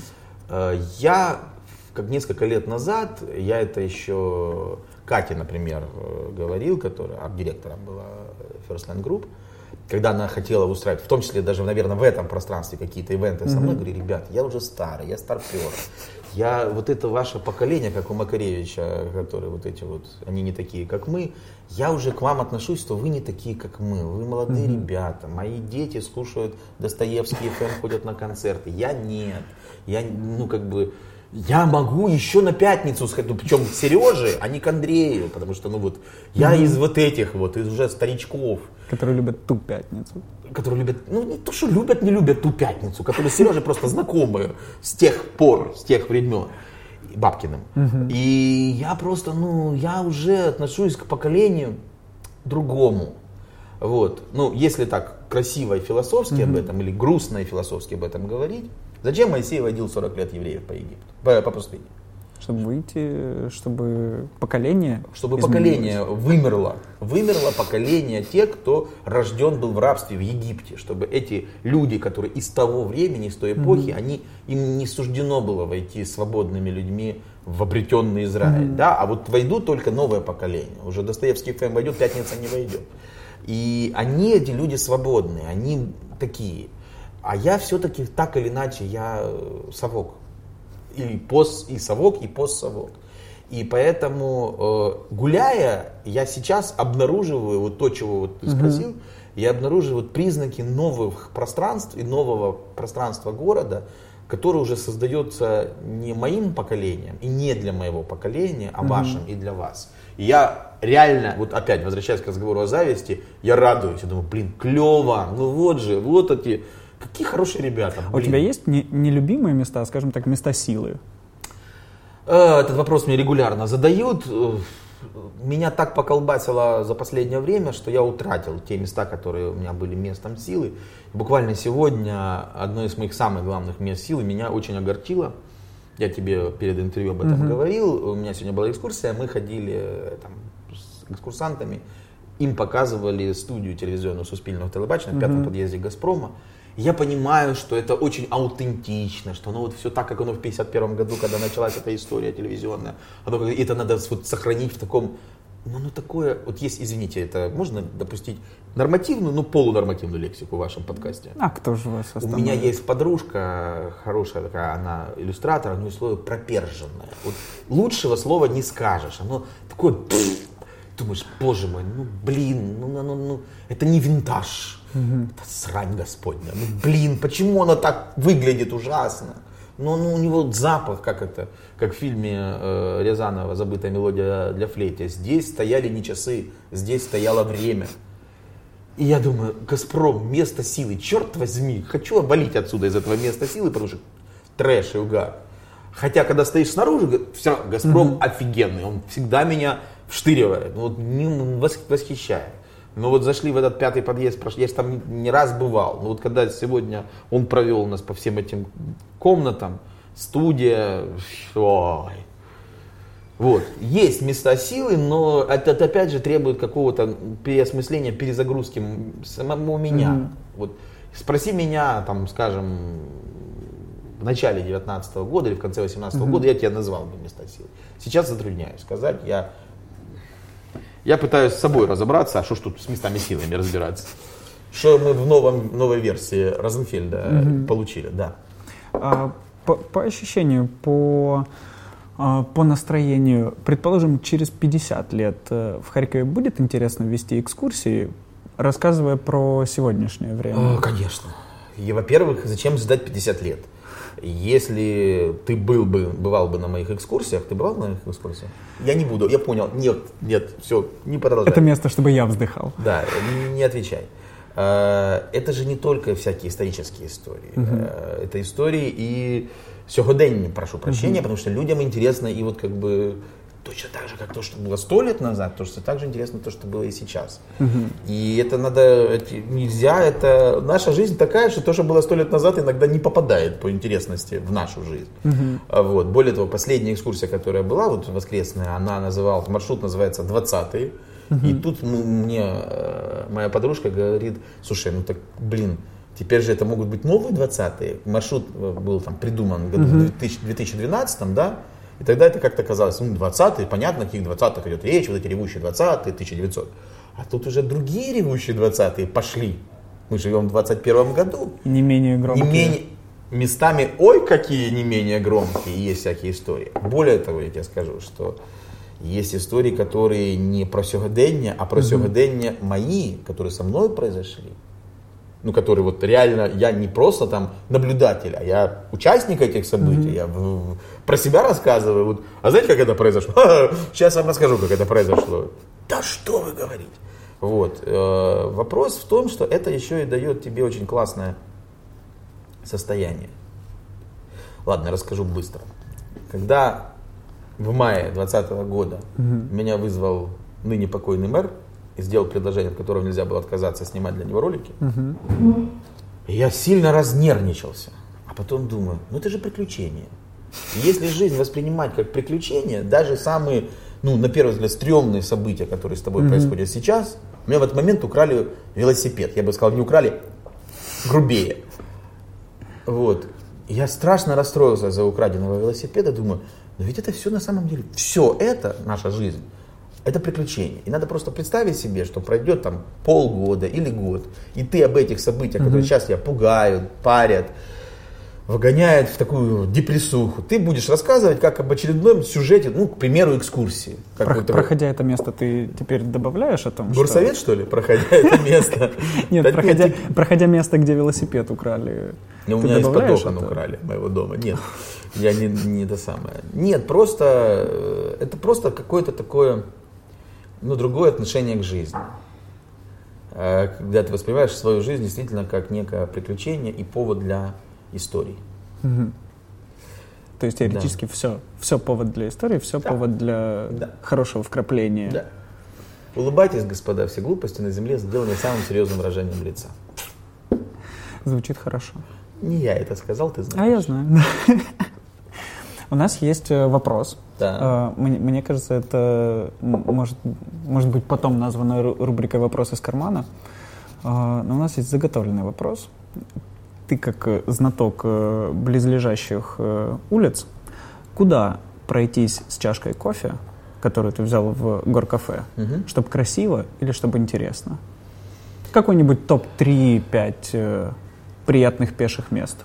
Я, как несколько лет назад, я это еще Кате, например, говорил, которая арт-директором была First Land Group, когда она хотела устраивать, в том числе даже, наверное, в этом пространстве какие-то ивенты со мной, говорю, ребят, я уже старый, я старпер. Я вот это ваше поколение, как у Макаревича, которые вот эти вот, они не такие, как мы, я уже к вам отношусь, что вы не такие, как мы, вы молодые ребята, мои дети слушают Достоевский ФМ, ходят на концерты, я нет, я, ну как бы, я могу еще на пятницу сходить, ну, причем к Сереже, а не к Андрею, потому что, ну вот, я из вот этих вот, из уже старичков. Которые любят ту пятницу. Которые любят, ну не то, что любят, не любят ту пятницу, которые с Сережей просто знакомы с тех пор, с тех времен, Бабкиным. И я просто, ну, я уже отношусь к поколению другому. Вот. Ну, если так красиво и философски об этом, или грустно и философски об этом говорить, зачем Моисей водил 40 лет евреев по Египту, по пустыне? Чтобы выйти, чтобы поколение вымерло. Вымерло поколение тех, кто рожден был в рабстве в Египте. Чтобы эти люди, которые из того времени, из той эпохи, им не суждено было войти свободными людьми в обретенный Израиль. Да? А вот войдут только новое поколение. Уже Достоевский ФМ войдет, пятница не войдет. И они, эти люди свободные, они такие. А я все-таки так или иначе, я совок. И совок, и постсовок. И поэтому, гуляя, я сейчас обнаруживаю вот то, чего вот ты спросил, я обнаруживаю вот признаки новых пространств и нового пространства города, которое уже создается не моим поколением и не для моего поколения, а вашим и для вас. И я реально, вот опять возвращаясь к разговору о зависти, я радуюсь, я думаю, блин, клево, ну вот же, вот эти... Какие хорошие ребята. А у тебя есть нелюбимые места, скажем так, места силы? Этот вопрос мне регулярно задают. Меня так поколбасило за последнее время, что я утратил те места, которые у меня были местом силы. Буквально сегодня одно из моих самых главных мест силы меня очень огорчило. Я тебе перед интервью об этом говорил. У меня сегодня была экскурсия, мы ходили там, с экскурсантами. Им показывали студию телевизионную Суспільного телебачення в 5-м подъезде Газпрома. Я понимаю, что это очень аутентично, что оно вот все так, как оно в 1951 году, когда началась эта история телевизионная. Это надо вот сохранить в таком, ну такое, вот есть, извините, это можно допустить нормативную, ну полунормативную лексику в вашем подкасте? А кто же вас остановит? У меня есть подружка, хорошая такая, она иллюстратор, у нее слово проперженное. Вот лучшего слова не скажешь, оно такое, думаешь, боже мой, ну блин, ну это не винтаж. Это срань Господня. Ну блин, почему она так выглядит ужасно? но у него запах, как в фильме Рязанова «Забытая мелодия для флейты». Здесь стояли не часы, здесь стояло время. И я думаю, «Газпром», место силы, черт возьми, хочу обвалить отсюда из этого места силы, потому что трэш и угар. Хотя, когда стоишь снаружи, все равно «Газпром» офигенный, он всегда меня вштыривает, восхищает. Но вот зашли в этот 5-й подъезд, я же там не раз бывал. Но вот когда сегодня он провел нас по всем этим комнатам, студия, ой. Вот. Есть места силы, но это опять же требует какого-то переосмысления, перезагрузки самого меня. Вот. Спроси меня, там, скажем, в начале 2019 года или в конце 2018 года, я тебе назвал бы места силы. Сейчас затрудняюсь сказать, я пытаюсь с собой разобраться, а что ж тут с местами силами разбираться. Что мы в новой версии Розенфельда получили, да. По ощущению, по настроению, предположим, через 50 лет в Харькове будет интересно вести экскурсии, рассказывая про сегодняшнее время? Конечно. И, во-первых, зачем ждать 50 лет? Если ты бывал бы на моих экскурсиях, ты бывал на моих экскурсиях? Я не буду, я понял, нет, все, не продолжай. Это место, чтобы я вздыхал. Да, не отвечай. Это же не только всякие исторические истории. Это истории и сьогоденні, прошу прощения, потому что людям интересно и вот как бы точно так же, как то, что было 100 лет назад, точно так же интересно то, что было и сейчас. И это нельзя, наша жизнь такая, что то, что было 100 лет назад, иногда не попадает по интересности в нашу жизнь. Вот. Более того, последняя экскурсия, которая была, вот воскресная, маршрут называется 20-й. И тут мне моя подружка говорит, слушай, теперь же это могут быть новые 20-е. Маршрут был там придуман в году 2012, да? И тогда это как-то казалось, 20-е, понятно, о каких 20-х идет речь, вот эти ревущие 20-е, 1900. А тут уже другие ревущие 20-е пошли. Мы живем в 21 году. Не менее громкие. Местами, ой, какие не менее громкие, есть всякие истории. Более того, я тебе скажу, что есть истории, которые не про сьогодення, а про сьогодення мои, которые со мной произошли. Которые вот реально, я не просто там наблюдатель, а я участник этих событий, я про себя рассказываю. Вот. А знаете, как это произошло? Сейчас вам расскажу, как это произошло. Да что вы говорите? Вот. Вопрос в том, что это еще и дает тебе очень классное состояние. Ладно, расскажу быстро. Когда в мае 2020 года меня вызвал ныне покойный мэр и сделал предложение, от которого нельзя было отказаться, снимать для него ролики, я сильно разнервничался. А потом думаю, это же приключение. И если жизнь воспринимать как приключение, даже самые, на первый взгляд, стрёмные события, которые с тобой происходят сейчас, у меня в этот момент украли велосипед. Я бы сказал, не украли, грубее. Вот. Я страшно расстроился за украденного велосипеда, думаю, но ведь это все на самом деле, все это, наша жизнь, это приключение. И надо просто представить себе, что пройдет там полгода или год, и ты об этих событиях, которые сейчас тебя пугают, парят, вгоняют в такую депрессуху, ты будешь рассказывать как об очередном сюжете, к примеру, экскурсии. Проходя это место, ты теперь добавляешь о том, Горсовет, что ли, проходя это место? Нет, проходя место, где велосипед украли. У меня из-под окон украли моего дома. Нет, я не то самое. Нет, это просто какое-то такое, другое отношение к жизни. Когда ты воспринимаешь свою жизнь действительно как некое приключение и повод для историй. То есть теоретически все повод для истории, все повод для хорошего вкрапления. Да. Улыбайтесь, господа, все глупости на земле сделаны самым серьезным выражением лица. Звучит хорошо. Не я это сказал, ты знаешь. А я знаю. У нас есть вопрос. Да. Мне кажется, это может быть потом названо рубрикой «Вопрос из кармана». Но у нас есть заготовленный вопрос. Ты, как знаток близлежащих улиц, куда пройтись с чашкой кофе, которую ты взял в горкафе, чтобы красиво или чтобы интересно? Какой-нибудь топ-3-5 приятных пеших мест?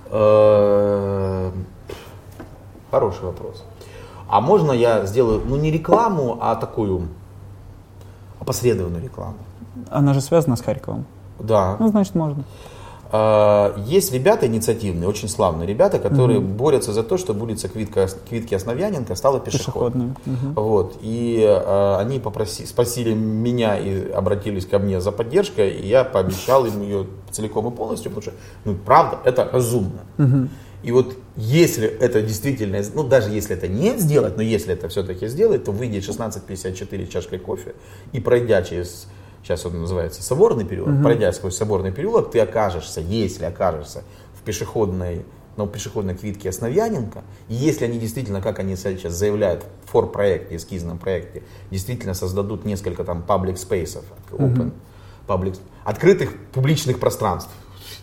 Хороший вопрос. А можно я сделаю, не рекламу, а такую опосредованную рекламу? Она же связана с Харьковом. Да. Значит, можно. Есть ребята инициативные, очень славные ребята, которые борются за то, чтобы улица Квитки Основьяненко стала пешеходной. Вот. И они спросили меня и обратились ко мне за поддержкой, и я пообещал им ее целиком и полностью, потому что, правда, это разумно. И вот если это действительно, даже если это не сделать, но если это все-таки сделать, то выйдет 16:54 чашкой кофе и пройдя через... Сейчас он называется Соборный переулок. Пройдя сквозь Соборный переулок, ты окажешься, если окажешься в пешеходной Квитке Основьяненко, и если они действительно, как они сейчас заявляют в фор-проекте, эскизном проекте, действительно создадут несколько там public space'ов, открытых публичных пространств,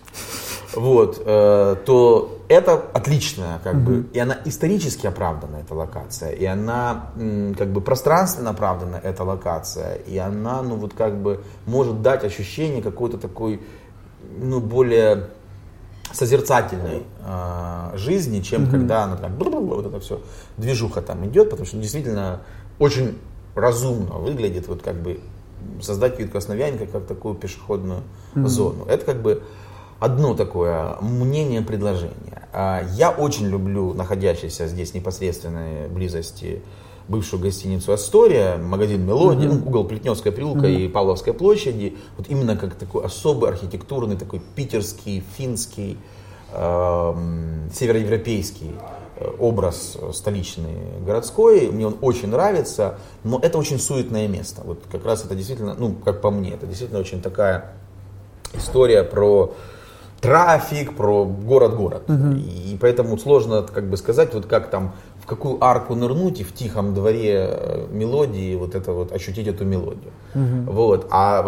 вот, то это отличная, и она исторически оправдана, эта локация, и она, пространственно оправдана, эта локация, и она, может дать ощущение какой-то такой, более созерцательной жизни, чем когда она там, вот это все, движуха там идет, потому что действительно очень разумно выглядит, создать Квитку Основьяненко как такую пешеходную зону. Это одно такое мнение, предложение. Я очень люблю находящийся здесь в непосредственной близости бывшую гостиницу «Астория», магазин «Мелодия», угол Плетневская переулка и Павловской площади. Вот именно как такой особый архитектурный, такой питерский, финский, североевропейский образ столичный, городской. Мне он очень нравится, но это очень суетное место. Вот как раз это действительно, как по мне, это действительно очень такая история про трафик, про город-город. И поэтому сложно сказать, как там, в какую арку нырнуть и в тихом дворе мелодии ощутить эту мелодию. Вот. А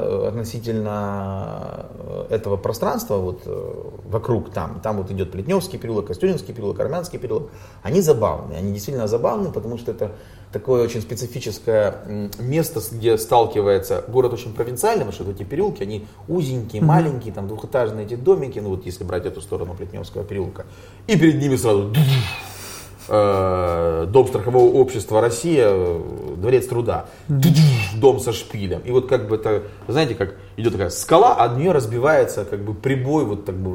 относительно этого пространства вокруг там идет Плетневский переулок, Костюринский переулок, Армянский переулок, они забавные. Они действительно забавные, потому что это такое очень специфическое место, где сталкивается город очень провинциальный, потому что эти переулки, они узенькие, маленькие, там двухэтажные эти домики, если брать эту сторону Плетневского переулка, и перед ними сразу Дом страхового общества «Россия», Дворец труда, дом со шпилем. И это, знаете, как идет такая скала, а от нее разбивается прибой,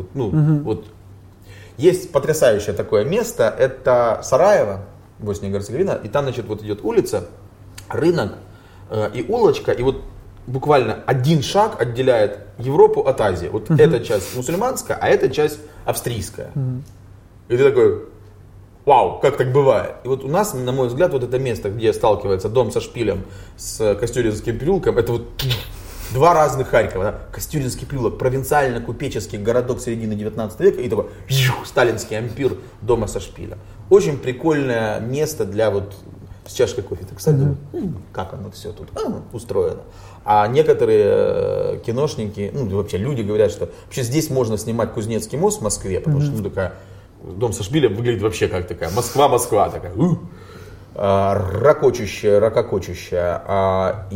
Есть потрясающее такое место, это Сараево, Босния и Герцеговина, и там, идет улица, рынок и улочка, и буквально один шаг отделяет Европу от Азии. Эта часть мусульманская, а эта часть австрийская. И ты такой, вау, как так бывает? И у нас, на мой взгляд, это место, где сталкивается дом со шпилем с Костюринским переулком, это два разных Харькова. Да? Костюринский переулок, провинциально-купеческий городок середины 19 века, и такой сталинский ампир дома со шпилем. Очень прикольное место для с чашкой кофе. Ты, кстати, как оно все тут устроено. А некоторые киношники, вообще люди говорят, что вообще здесь можно снимать Кузнецкий мост в Москве, потому что такая дом со шпилем выглядит вообще как такая Москва такая. Ракокочущая.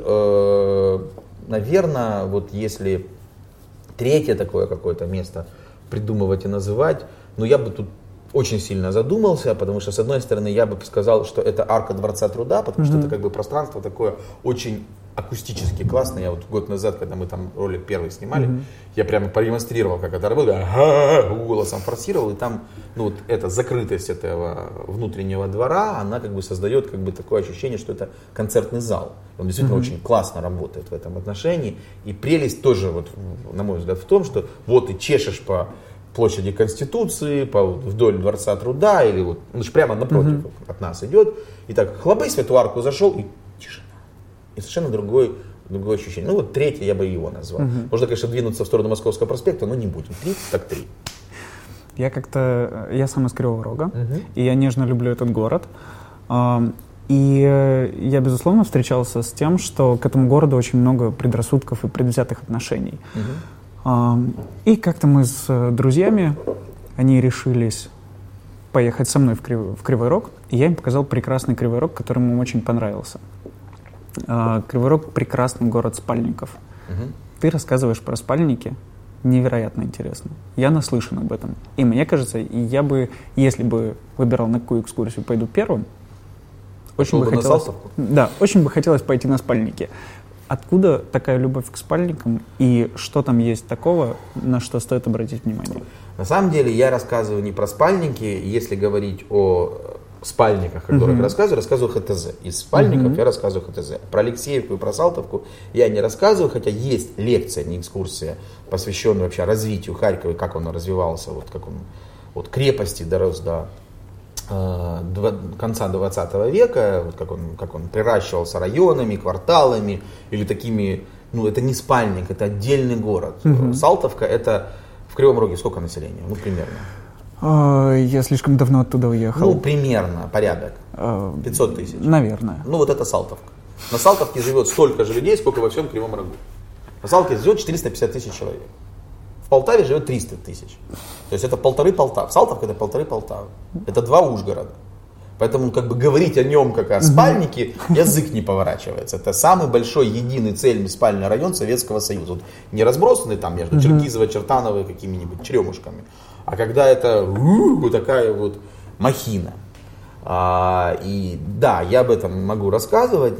Наверное, если третье такое какое-то место придумывать и называть, я бы тут очень сильно задумался, потому что, с одной стороны, я бы сказал, что это арка Дворца труда, потому что это пространство такое очень акустически классное. Я год назад, когда мы там ролик первый снимали, я прямо продемонстрировал, как это работает, голосом форсировал, и там, эта закрытость этого внутреннего двора, она создает такое ощущение, что это концертный зал. Он действительно очень классно работает в этом отношении. И прелесть тоже, на мой взгляд, в том, что ты чешешь по площади Конституции, вдоль Дворца труда, или прямо напротив от нас идет, и так хлобысь в эту арку зашел, и тишина. И совершенно другое ощущение. Третье я бы его назвал. Можно, конечно, двинуться в сторону Московского проспекта, но не будем. 3 так 3. Я сам из Кривого Рога, и я нежно люблю этот город. И я, безусловно, встречался с тем, что к этому городу очень много предрассудков и предвзятых отношений. И как-то мы с друзьями, они решились поехать со мной в Кривой Рог, и я им показал прекрасный Кривой Рог, который им очень понравился. Кривой Рог — прекрасный город спальников. Ты рассказываешь про спальники, невероятно интересно. Я наслышан об этом. И мне кажется, я бы, если бы выбирал, на какую экскурсию пойду первым, очень бы хотелось пойти на спальники. Откуда такая любовь к спальникам и что там есть такого, на что стоит обратить внимание? На самом деле я рассказываю не про спальники, если говорить о спальниках, о которых рассказываю ХТЗ. Из спальников я рассказываю ХТЗ. Про Алексеевку и про Салтовку я не рассказываю, хотя есть лекция, не экскурсия, посвященная вообще развитию Харькова, как он развивался, вот как он от крепости дорос до конца 20 века, вот как он приращивался районами, кварталами или такими, это не спальник, это отдельный город. Салтовка это в Кривом Роге сколько населения? Примерно. Я слишком давно оттуда уехал. Примерно, порядок. 500 тысяч. Наверное. Вот это Салтовка. На Салтовке живет столько же людей, сколько во всем Кривом Рогу. На Салтовке живет 450 тысяч человек. В Полтаве живет 300 тысяч. То есть это полторы Полтавы. Салтовка это полторы Полтавы. Это 2 Ужгорода. Поэтому говорить о нем как о спальнике язык не поворачивается. Это самый большой единый цельный спальный район Советского Союза. Вот не разбросанный там между Черкизово, Чертаново и какими-нибудь Черемушками. А когда это вот такая вот махина. И да, я об этом могу рассказывать,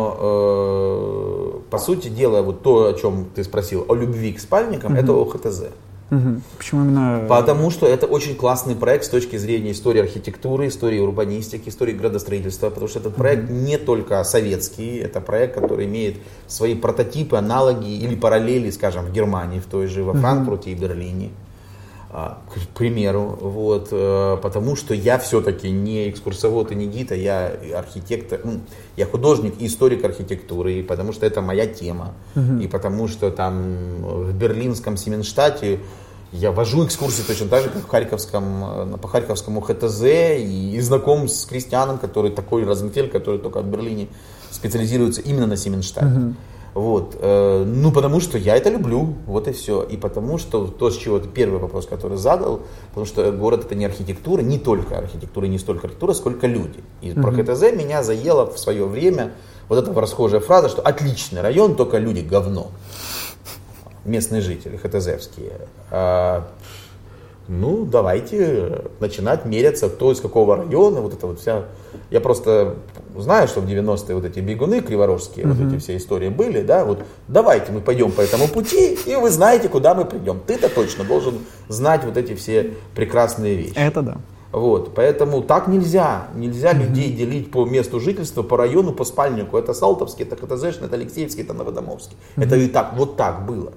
но по сути дела, вот то, о чем ты спросил, о любви к спальникам, это о ХТЗ. Почему именно? Потому что это очень классный проект с точки зрения истории архитектуры, истории урбанистики, истории градостроительства, потому что этот проект не только советский, это проект, который имеет свои прототипы, аналоги или параллели, скажем, в Германии, в той же, во Франкфурте и Берлине. К примеру, потому что я все-таки не экскурсовод и не гид, а я архитектор, я художник и историк архитектуры, и потому что это моя тема, и потому что там в берлинском Сименштадте я вожу экскурсии точно так же, как по Харьковскому ХТЗ, и знаком с крестьяном, который такой разметель, который только в Берлине специализируется именно на Сименштадте. Потому что я это люблю, вот и все. И потому что то, с чего ты первый вопрос, который задал, потому что город это не архитектура, не только архитектура, не столько архитектура, сколько люди. И про ХТЗ меня заело в свое время вот эта расхожая фраза, что отличный район, только люди говно. Местные жители, ХТЗовские. Давайте начинать меряться, кто из какого района, вот это вот вся. Я просто знаю, что в 90-е вот эти бегуны криворожские, вот эти все истории были, да, вот давайте мы пойдем по этому пути, и вы знаете, куда мы придем. Ты-то точно должен знать вот эти все прекрасные вещи. Это да. Поэтому так нельзя. Нельзя людей делить по месту жительства, по району, по спальнику. Это Салтовский, это ХТЗшный, это Алексеевский, это Новодомовский. Это и так, вот так было.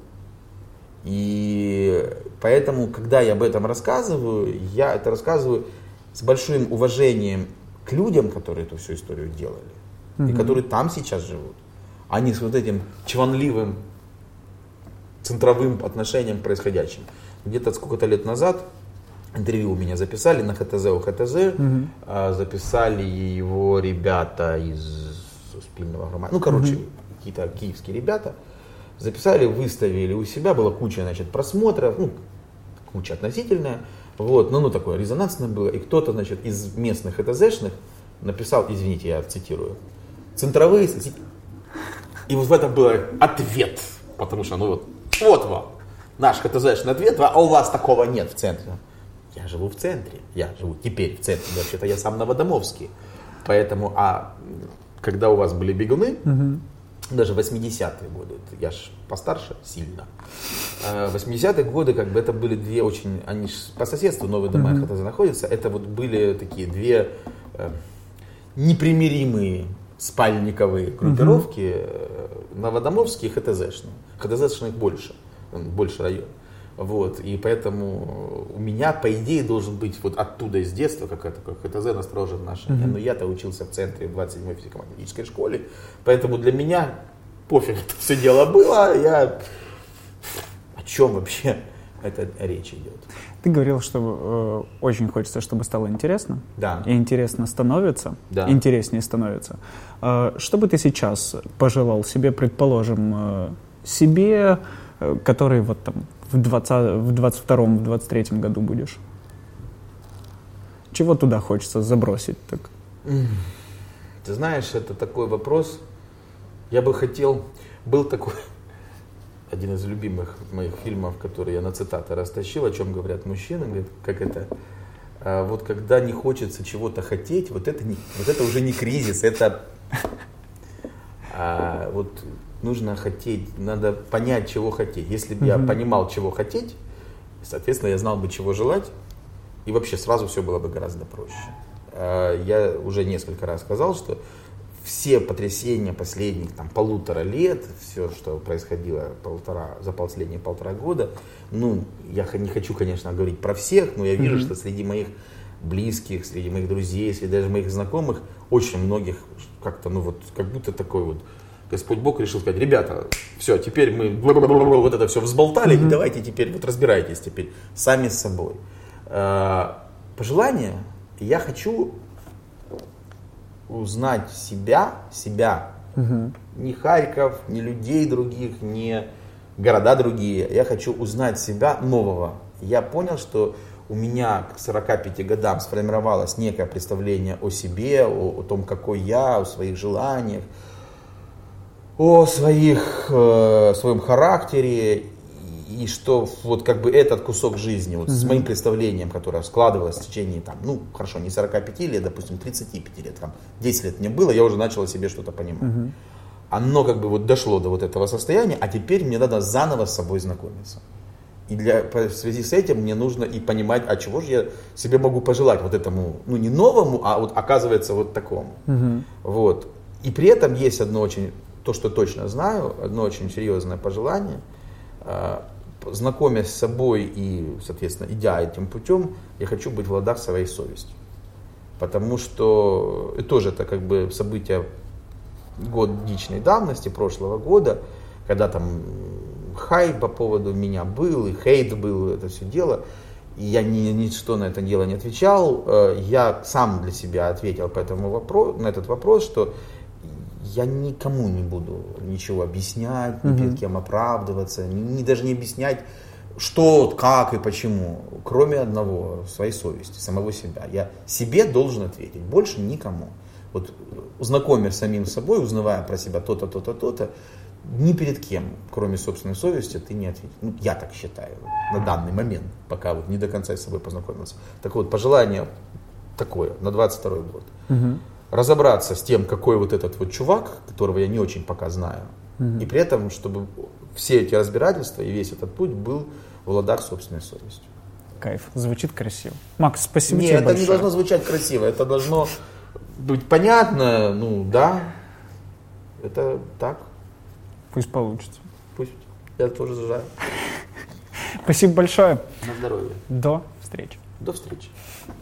И поэтому, когда я об этом рассказываю, я это рассказываю с большим уважением к людям, которые эту всю историю делали, и которые там сейчас живут, а не с вот этим чванливым центровым отношением к происходящему. Где-то сколько-то лет назад интервью у меня записали на ХТЗ у ХТЗ, записали его ребята из Суспільного громада, какие-то киевские ребята. Записали, выставили у себя, была куча, просмотров, куча относительная, такое резонансное было, и кто-то, из местных ХТЗшных написал, извините, я цитирую, центровые, и вот в этом был ответ, потому что, вот вам, наш ХТЗшный ответ, а у вас такого нет в центре. Я живу в центре, я живу теперь в центре, вообще-то я сам Новодомовский, поэтому, когда у вас были бегуны, даже 80-е годы, я ж постарше сильно, 80-е годы, это были две очень, они ж по соседству, новые дома ХТЗ находятся, это были такие две непримиримые спальниковые группировки, Новодомовские и ХТЗшные. ХТЗшных больше район. И поэтому у меня, по идее, должен быть оттуда из детства, как ХТЗ насторожен наше. Но я-то учился в центре в 27-й физико-математической школе, поэтому для меня пофиг это все дело было. О чем вообще эта речь идет? Ты говорил, что очень хочется, чтобы стало интересно. Да. И интересно становится. Да. Интереснее становится. Что бы ты сейчас пожелал себе, предположим, себе, который в 22-м, в 23-м году будешь? Чего туда хочется забросить? Так? Ты знаешь, это такой вопрос. Я бы хотел... Был такой... Один из любимых моих фильмов, который я на цитаты растащил, о чем говорят мужчины, говорит, как это... когда не хочется чего-то хотеть, это уже не кризис, это... нужно хотеть, надо понять, чего хотеть. Если бы я понимал, чего хотеть, соответственно, я знал бы, чего желать, и вообще сразу все было бы гораздо проще. Я уже несколько раз сказал, что все потрясения последних там, 1,5 лет, все, что происходило за последние 1,5 года, ну, я не хочу, конечно, говорить про всех, но я вижу, что среди моих близких, среди моих друзей, среди даже моих знакомых, очень многих как-то, ну вот, как будто такой вот Господь Бог решил сказать: ребята, все, теперь мы вот это все взболтали, и давайте теперь вот разбирайтесь теперь сами с собой. Пожелание: я хочу узнать себя, не Харьков, не людей других, не города другие. Я хочу узнать себя нового. Я понял, что у меня к 45 годам сформировалось некое представление о себе, о том, какой я, о своих желаниях, о своем характере. И что вот как бы этот кусок жизни, вот с моим представлением, которое складывалось в течение, там, ну, хорошо, не 45 лет, допустим, 35 лет, там, 10 лет мне было, я уже начал о себе что-то понимать. Оно как бы вот дошло до вот этого состояния, а теперь мне надо заново с собой знакомиться. И в связи с этим мне нужно и понимать, а чего же я себе могу пожелать вот этому, ну, не новому, а вот оказывается вот такому. Вот. И при этом есть то, что точно знаю, одно очень серьезное пожелание. Знакомясь с собой и, соответственно, идя этим путем, я хочу быть в ладах своей совестью. Потому что тоже это как бы событие годичной давности, прошлого года, когда там хайп по поводу меня был, и хейт был, это все дело. И я ничто на это дело не отвечал. Я сам для себя ответил на этот вопрос, что я никому не буду ничего объяснять, ни перед кем оправдываться, даже не объяснять, что, как и почему, кроме одного, своей совести, самого себя. Я себе должен ответить, больше никому. Вот знакомясь с самим собой, узнавая про себя то-то, то-то, то-то, ни перед кем, кроме собственной совести, ты не ответишь. Ну, я так считаю на данный момент, пока вот не до конца с собой познакомился. Так вот, пожелание такое на 22 год. Разобраться с тем, какой вот этот вот чувак, которого я не очень пока знаю, и при этом, чтобы все эти разбирательства и весь этот путь был в ладах собственной совестью. Кайф, звучит красиво. Макс, спасибо тебе большое. Нет, это не должно звучать красиво, это должно быть понятно, ну да, это так. Пусть получится. Пусть, я тоже желаю. Спасибо большое. На здоровье. До встречи. До встречи.